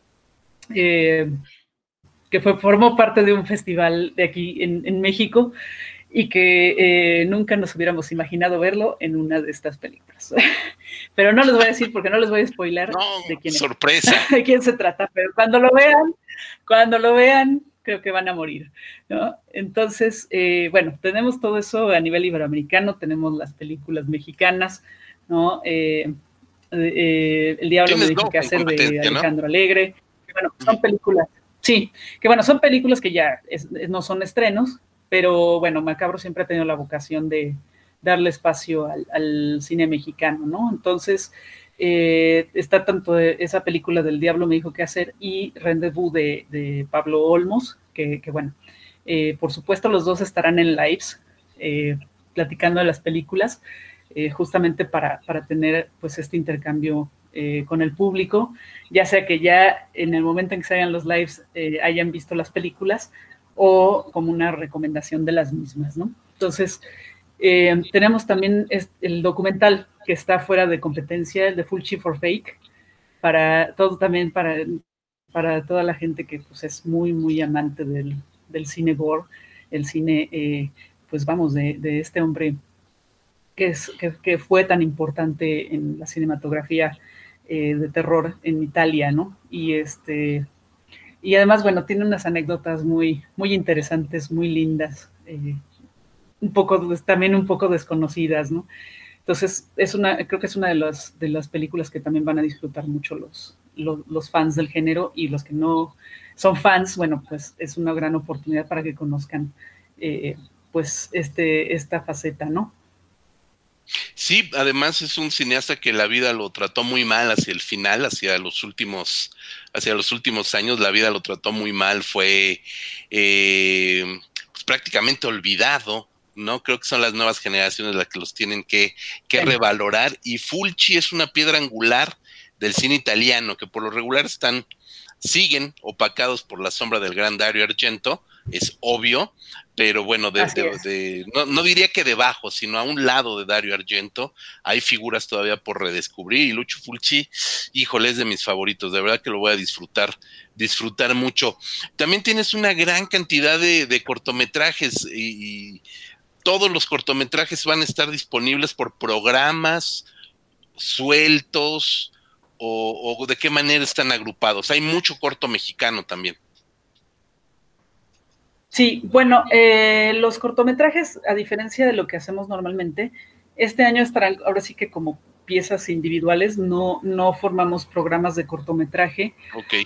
eh, que fue, formó parte de un festival de aquí en, en México y que eh, nunca nos hubiéramos imaginado verlo en una de estas películas. Pero no les voy a decir porque no les voy a spoiler no, de quién sorpresa. es, de quién se trata, pero cuando lo vean, cuando lo vean, creo que van a morir, ¿no? Entonces, eh, bueno, tenemos todo eso a nivel iberoamericano, tenemos las películas mexicanas, ¿no? Eh, eh, El Diablo me dijo qué hacer de Alejandro, ¿no? Alegre. Bueno, son películas, Sí, que bueno, son películas que ya es, no son estrenos, pero bueno, Macabro siempre ha tenido la vocación de darle espacio al, al cine mexicano, ¿no? Entonces, eh, está tanto esa película del Diablo me dijo qué hacer y Rendezvous de, de Pablo Olmos, que, que bueno, eh, por supuesto los dos estarán en lives, eh, platicando de las películas, eh, justamente para, para tener pues este intercambio eh, con el público, ya sea que ya en el momento en que se hagan los lives eh, hayan visto las películas o como una recomendación de las mismas, ¿no? Entonces, eh, tenemos también el documental que está fuera de competencia, el de Full Chief for Fake, para todo también para, para toda la gente que pues, es muy, muy amante del, del cine gore, el cine, eh, pues vamos, de, de este hombre que, es, que, que, fue tan importante en la cinematografía eh, de terror en Italia, ¿no? Y este y además, bueno, tiene unas anécdotas muy, muy interesantes, muy lindas, eh, un poco, también un poco desconocidas, ¿no? Entonces, es una, creo que es una de las, de las películas que también van a disfrutar mucho los, los, los fans del género, y los que no son fans, bueno, pues es una gran oportunidad para que conozcan eh, pues este, esta faceta, ¿no? Sí, además es un cineasta que la vida lo trató muy mal hacia el final, hacia los últimos, hacia los últimos años, la vida lo trató muy mal, fue eh, pues prácticamente olvidado, ¿no? Creo que son las nuevas generaciones las que los tienen que, que sí. revalorar, y Fulci es una piedra angular del cine italiano, que por lo regular están, siguen opacados por la sombra del gran Dario Argento, es obvio, pero bueno, de, de, de, no, no diría que debajo, sino a un lado de Dario Argento hay figuras todavía por redescubrir, y Lucio Fulci, híjole, es de mis favoritos, de verdad que lo voy a disfrutar, disfrutar mucho. También tienes una gran cantidad de, de cortometrajes, y, y todos los cortometrajes van a estar disponibles por programas sueltos, o, o de qué manera están agrupados. Hay mucho corto mexicano también. Sí, bueno, eh, los cortometrajes, a diferencia de lo que hacemos normalmente, este año estarán ahora sí que como piezas individuales, no, no formamos programas de cortometraje. Ok.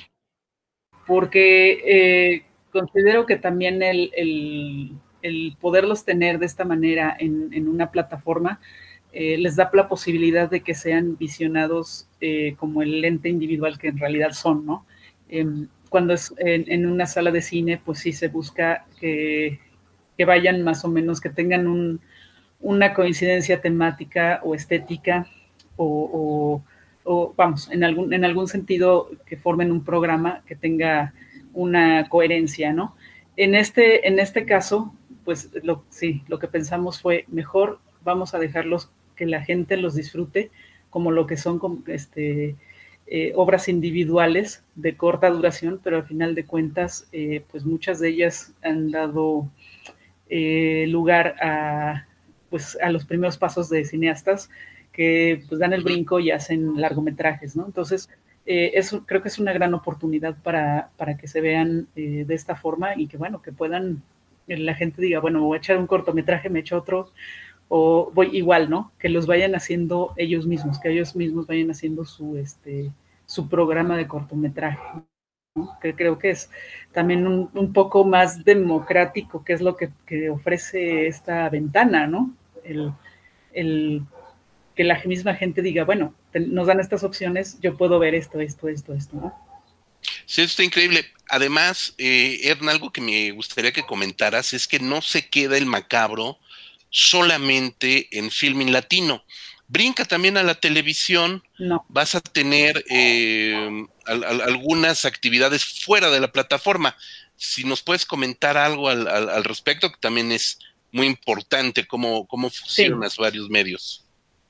Porque eh, considero que también el, el, el, poderlos tener de esta manera en, en una plataforma eh, les da la posibilidad de que sean visionados eh, como el ente individual que en realidad son, ¿no? Eh, cuando es en, en, una sala de cine, pues sí se busca que, que vayan más o menos, que tengan un, una coincidencia temática o estética, o, o, o vamos, en algún, en algún sentido que formen un programa que tenga una coherencia, ¿no? En este, en este caso, pues lo, sí, lo que pensamos fue mejor vamos a dejarlos que la gente los disfrute como lo que son como, este, eh, obras individuales de corta duración, pero al final de cuentas, eh, pues muchas de ellas han dado eh, lugar a, pues, a los primeros pasos de cineastas que pues, dan el brinco y hacen largometrajes, ¿no? Entonces, eh, eso creo que es una gran oportunidad para, para que se vean eh, de esta forma, y que, bueno, que puedan, la gente diga, bueno, me voy a echar un cortometraje, me echo otro, o voy igual, ¿no? Que los vayan haciendo ellos mismos, que ellos mismos vayan haciendo su, este, su programa de cortometraje, ¿no? Que creo que es también un, un poco más democrático, que es lo que, que ofrece esta ventana, ¿no? El, el que la misma gente diga, bueno, te, nos dan estas opciones, yo puedo ver esto, esto, esto, esto, ¿no? Sí, está increíble. Además, eh, Edna, algo que me gustaría que comentaras es que no se queda el macabro solamente en Filmin Latino. Brinca también a la televisión. No. Vas a tener eh, al, al, algunas actividades fuera de la plataforma. Si nos puedes comentar algo al, al, al respecto, que también es muy importante cómo, cómo fusionas sí. varios medios.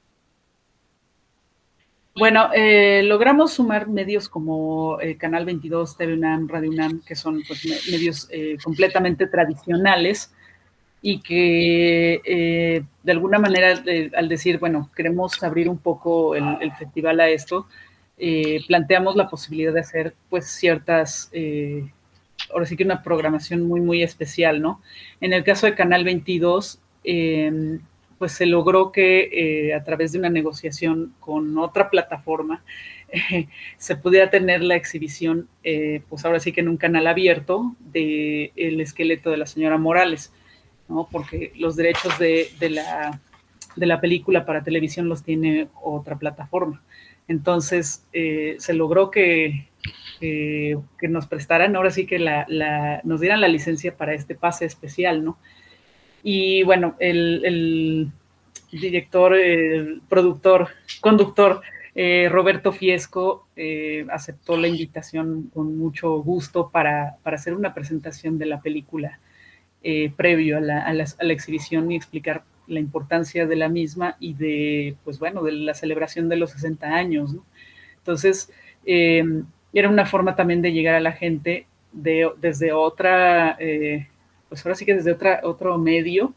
Bueno, eh, logramos sumar medios como eh, Canal veintidós, T V UNAM, Radio UNAM, que son pues, me medios eh, completamente tradicionales, y que eh, de alguna manera, eh, al decir, bueno, queremos abrir un poco el, el festival a esto, eh, planteamos la posibilidad de hacer pues ciertas, eh, ahora sí que una programación muy, muy especial, ¿no? En el caso de Canal veintidós, eh, pues se logró que eh, a través de una negociación con otra plataforma eh, se pudiera tener la exhibición, eh, pues ahora sí que en un canal abierto, de El esqueleto de la señora Morales, ¿no? Porque los derechos de, de, la, de la película para televisión los tiene otra plataforma. Entonces eh, se logró que, que, que, nos prestaran, ahora sí que la, la, nos dieran la licencia para este pase especial, ¿no? Y bueno, el, el director, el productor, conductor, eh, Roberto Fiesco, eh, aceptó la invitación con mucho gusto para, para hacer una presentación de la película eh, previo a la, a, la, a la exhibición y explicar la importancia de la misma y de, pues bueno, de la celebración de los sesenta años, ¿no? Entonces, eh, era una forma también de llegar a la gente de, desde otra, eh, pues ahora sí que desde otra, otro medio,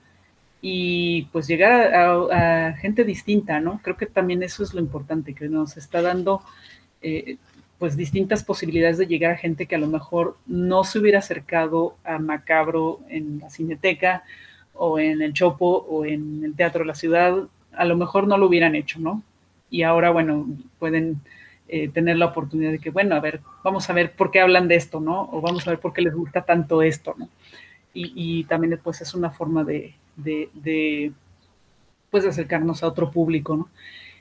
y pues llegar a, a, a, gente distinta, ¿no? Creo que también eso es lo importante, que nos está dando eh, pues distintas posibilidades de llegar a gente que a lo mejor no se hubiera acercado a Macabro en la Cineteca o en el Chopo o en el Teatro de la Ciudad, a lo mejor no lo hubieran hecho, ¿no? Y ahora, bueno, pueden eh, tener la oportunidad de que, bueno, a ver, vamos a ver por qué hablan de esto, ¿no? O vamos a ver por qué les gusta tanto esto, ¿no? Y, y también pues es una forma de, de, de, pues, de acercarnos a otro público, ¿no?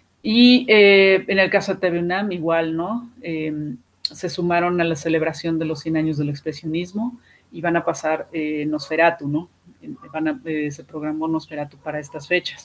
Y eh, en el caso de T V UNAM, igual, ¿no? Eh, se sumaron a la celebración de los cien años del expresionismo y van a pasar eh, Nosferatu, ¿no? Van a, eh, se programó Nosferatu para estas fechas.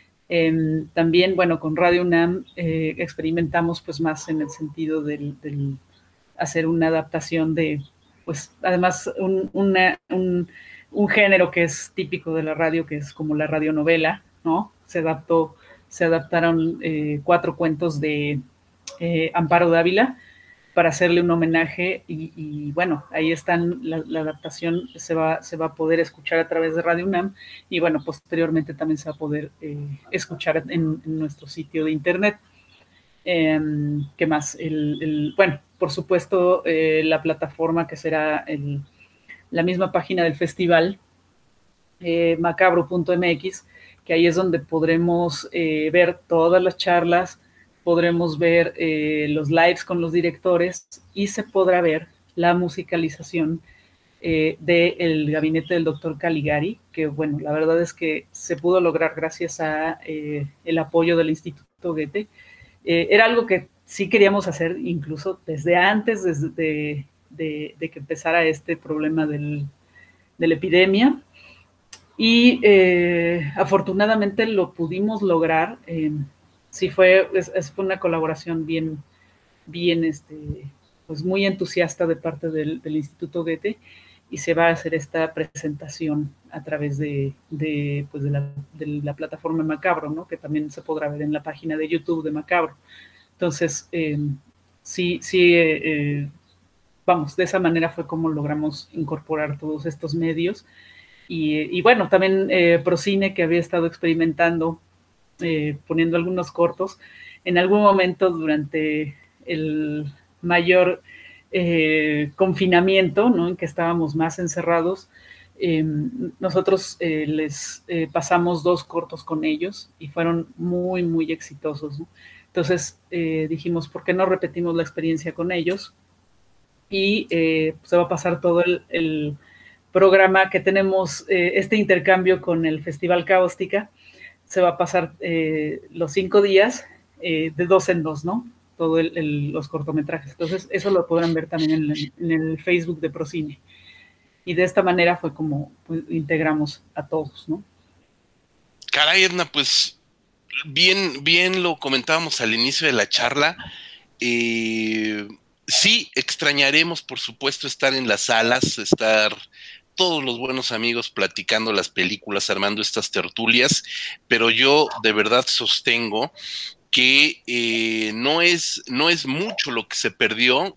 Eh, también, bueno, con Radio UNAM eh, experimentamos pues más en el sentido del, del hacer una adaptación de, pues además un, una, un, un género que es típico de la radio, que es como la radionovela, ¿no? Se adaptó, se adaptaron eh, cuatro cuentos de eh, Amparo Dávila para hacerle un homenaje y, y bueno, ahí están, la, la adaptación se va, se va a poder escuchar a través de Radio UNAM y bueno, posteriormente también se va a poder eh, escuchar en, en nuestro sitio de internet. Eh, ¿Qué más? El, el, bueno, por supuesto, eh, la plataforma que será el, la misma página del festival, eh, macabro punto m x, que ahí es donde podremos eh, ver todas las charlas, podremos ver eh, los lives con los directores y se podrá ver la musicalización eh, del gabinete del doctor Caligari, que bueno, la verdad es que se pudo lograr gracias a eh, el apoyo del Instituto Goethe. Eh, era algo que sí queríamos hacer incluso desde antes desde de, de, de que empezara este problema del, de la epidemia y eh, afortunadamente lo pudimos lograr. Eh, sí fue, es, es, fue una colaboración bien, bien este, pues muy entusiasta de parte del, del Instituto Goethe y se va a hacer esta presentación a través de, de, pues de, la, de la plataforma Macabro, ¿no? Que también se podrá ver en la página de YouTube de Macabro. Entonces, eh, sí, sí, eh, eh, vamos, de esa manera fue como logramos incorporar todos estos medios. Y, y bueno, también eh, Procine, que había estado experimentando, eh, poniendo algunos cortos, en algún momento durante el mayor eh, confinamiento, ¿no? En que estábamos más encerrados, eh, nosotros eh, les eh, pasamos dos cortos con ellos y fueron muy, muy exitosos, ¿no? Entonces eh, dijimos, ¿por qué no repetimos la experiencia con ellos? Y eh, se va a pasar todo el, el programa que tenemos, eh, este intercambio con el Festival Cáustica, se va a pasar eh, los cinco días eh, de dos en dos, ¿no? Todo el, el, los cortometrajes. Entonces, eso lo podrán ver también en el, en el Facebook de Procine. Y de esta manera fue como pues, integramos a todos, ¿no? Caray, Edna, pues bien, bien lo comentábamos al inicio de la charla. Eh, sí, extrañaremos, por supuesto, estar en las salas, estar todos los buenos amigos platicando las películas, armando estas tertulias, pero yo de verdad sostengo que eh, no es, no es mucho lo que se perdió,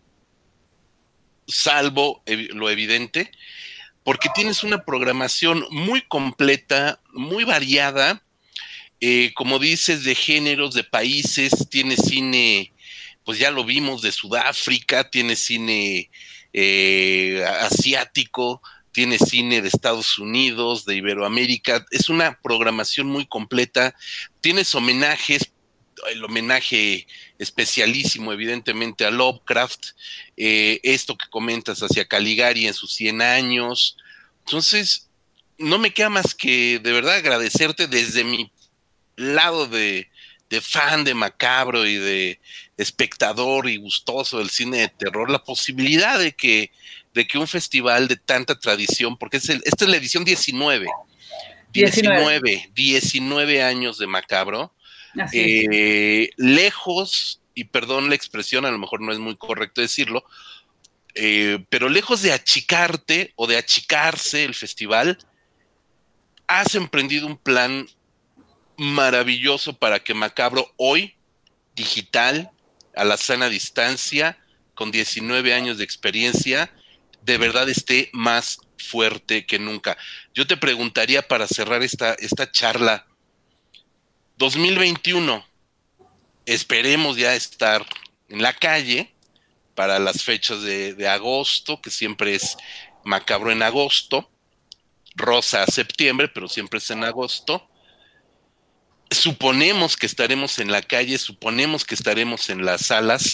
salvo ev- lo evidente, porque tienes una programación muy completa, muy variada, eh, como dices, de géneros, de países, tienes cine, pues ya lo vimos, de Sudáfrica, tienes cine eh, asiático, tiene cine de Estados Unidos, de Iberoamérica, es una programación muy completa, tienes homenajes, el homenaje especialísimo evidentemente a Lovecraft, eh, esto que comentas hacia Caligari en sus cien años, entonces no me queda más que de verdad agradecerte desde mi lado de, de fan de Macabro y de espectador y gustoso del cine de terror, la posibilidad de que, de que un festival de tanta tradición, porque es el, esta es la edición diecinueve, diecinueve. diecinueve, diecinueve años de Macabro, Así es. eh, lejos, y perdón la expresión, a lo mejor no es muy correcto decirlo, eh, pero lejos de achicarte o de achicarse el festival, has emprendido un plan maravilloso para que Macabro hoy, digital, a la sana distancia, con diecinueve años de experiencia, de verdad esté más fuerte que nunca. Yo te preguntaría para cerrar esta, esta charla, dos mil veintiuno, esperemos ya estar en la calle para las fechas de, de agosto, que siempre es Macabro en agosto, Rosa a septiembre, pero siempre es en agosto. Suponemos que estaremos en la calle, suponemos que estaremos en las salas.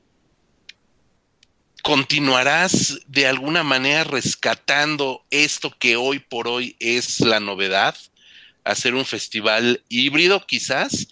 ¿Continuarás de alguna manera rescatando esto que hoy por hoy es la novedad? ¿Hacer un festival híbrido quizás?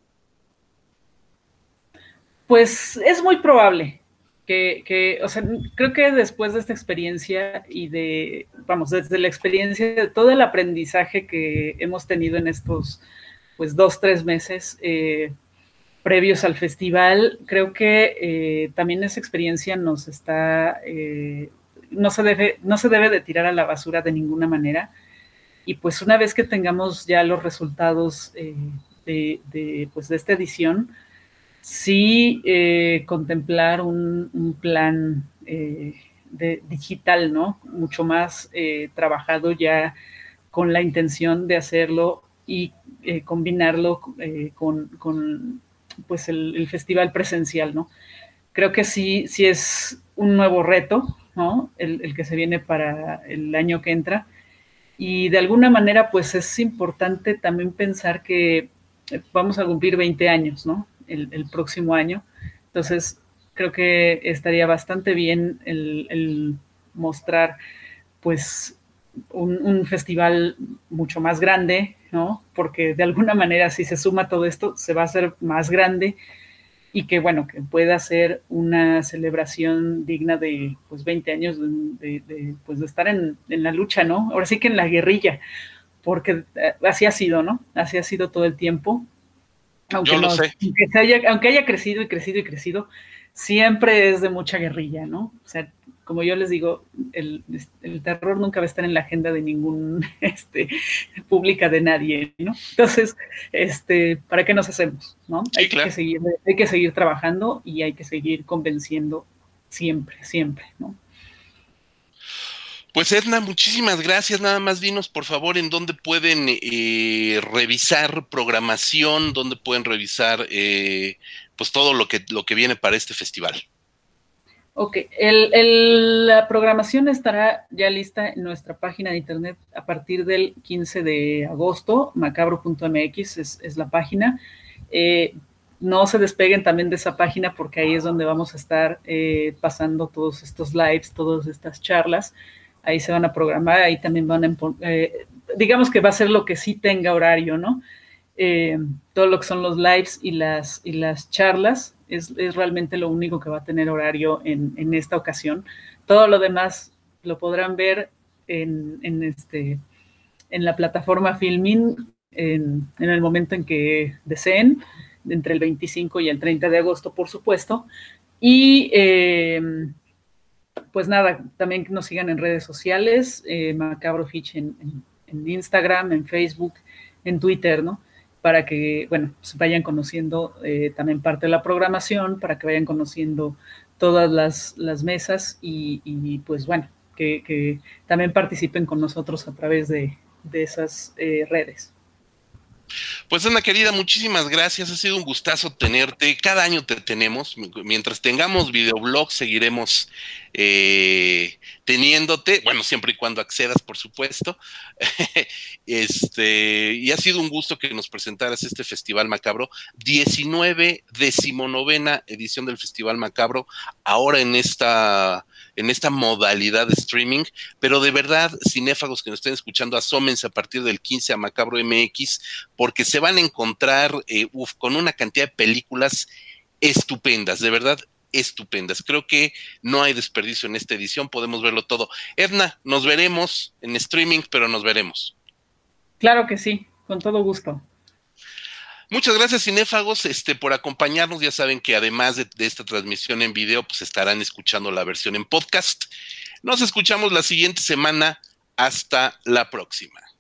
Pues es muy probable que, que, o sea, creo que después de esta experiencia y de, vamos, desde la experiencia de todo el aprendizaje que hemos tenido en estos, pues, dos, tres meses eh, previos al festival, creo que eh, también esa experiencia nos está, eh, no se debe, no se debe de tirar a la basura de ninguna manera. Y pues una vez que tengamos ya los resultados eh, de, de, pues, de esta edición, sí eh, contemplar un, un plan eh, de, digital, ¿no? Mucho más eh, trabajado ya con la intención de hacerlo y eh, combinarlo eh, con, con, pues el, el, festival presencial, ¿no? Creo que sí, sí es un nuevo reto, ¿no? El, el que se viene para el año que entra. Y de alguna manera, pues es importante también pensar que vamos a cumplir veinte años, ¿no? El, el próximo año. Entonces, creo que estaría bastante bien el, el mostrar, pues, un, un, festival mucho más grande, ¿no? Porque de alguna manera, si se suma todo esto, se va a hacer más grande y que, bueno, que pueda ser una celebración digna de, pues, veinte años de, de, de pues, de estar en, en la lucha, ¿no? Ahora sí que en la guerrilla, porque así ha sido, ¿no? Así ha sido todo el tiempo. Aunque, Yo lo nos, sé. aunque, se haya, aunque haya crecido y crecido y crecido, siempre es de mucha guerrilla, ¿no? O sea, como yo les digo, el, el terror nunca va a estar en la agenda de ningún, este, pública de nadie, ¿no? Entonces, este, ¿para qué nos hacemos, no? Sí, Hay claro. que seguir, hay que seguir trabajando y hay que seguir convenciendo siempre, siempre, ¿no? Pues Edna, muchísimas gracias. Nada más dinos, por favor, en dónde pueden eh, revisar programación, dónde pueden revisar eh, pues todo lo que, lo que viene para este festival. Ok, el, el, la programación estará ya lista en nuestra página de internet a partir del quince de agosto, macabro punto m x es, es la página. Eh, no se despeguen también de esa página porque ahí es donde vamos a estar eh, pasando todos estos lives, todas estas charlas. Ahí se van a programar, ahí también van a, eh, digamos que va a ser lo que sí tenga horario, ¿no? Eh, todo lo que son los lives y las, y las charlas es, es, realmente lo único que va a tener horario en, en esta ocasión. Todo lo demás lo podrán ver en, en, este, en la plataforma Filmin en, en el momento en que deseen, entre el veinticinco y el treinta de agosto, por supuesto. Y eh, pues nada, también nos sigan en redes sociales, eh, Macabro Fitch en, en, en Instagram, en Facebook, en Twitter, ¿no? Para que, bueno, pues vayan conociendo eh, también parte de la programación, para que vayan conociendo todas las, las mesas y, y, pues bueno, que, que, también participen con nosotros a través de, de esas eh, redes. Pues Ana querida, muchísimas gracias, ha sido un gustazo tenerte, cada año te tenemos, mientras tengamos videoblog seguiremos eh, teniéndote, bueno, siempre y cuando accedas, por supuesto. este, y ha sido un gusto que nos presentaras este Festival Macabro, diecinueve, decimonovena edición del Festival Macabro, ahora en esta, en esta modalidad de streaming, pero de verdad, cinéfagos que nos estén escuchando, asómense a partir del quince a Macabro M X, porque se van a encontrar eh, uf, con una cantidad de películas estupendas, de verdad, estupendas. Creo que no hay desperdicio en esta edición, podemos verlo todo. Edna, nos veremos en streaming, pero nos veremos. Claro que sí, con todo gusto. Muchas gracias, cinéfagos, este, por acompañarnos. Ya saben que además de, de esta transmisión en video, pues estarán escuchando la versión en podcast. Nos escuchamos la siguiente semana. Hasta la próxima.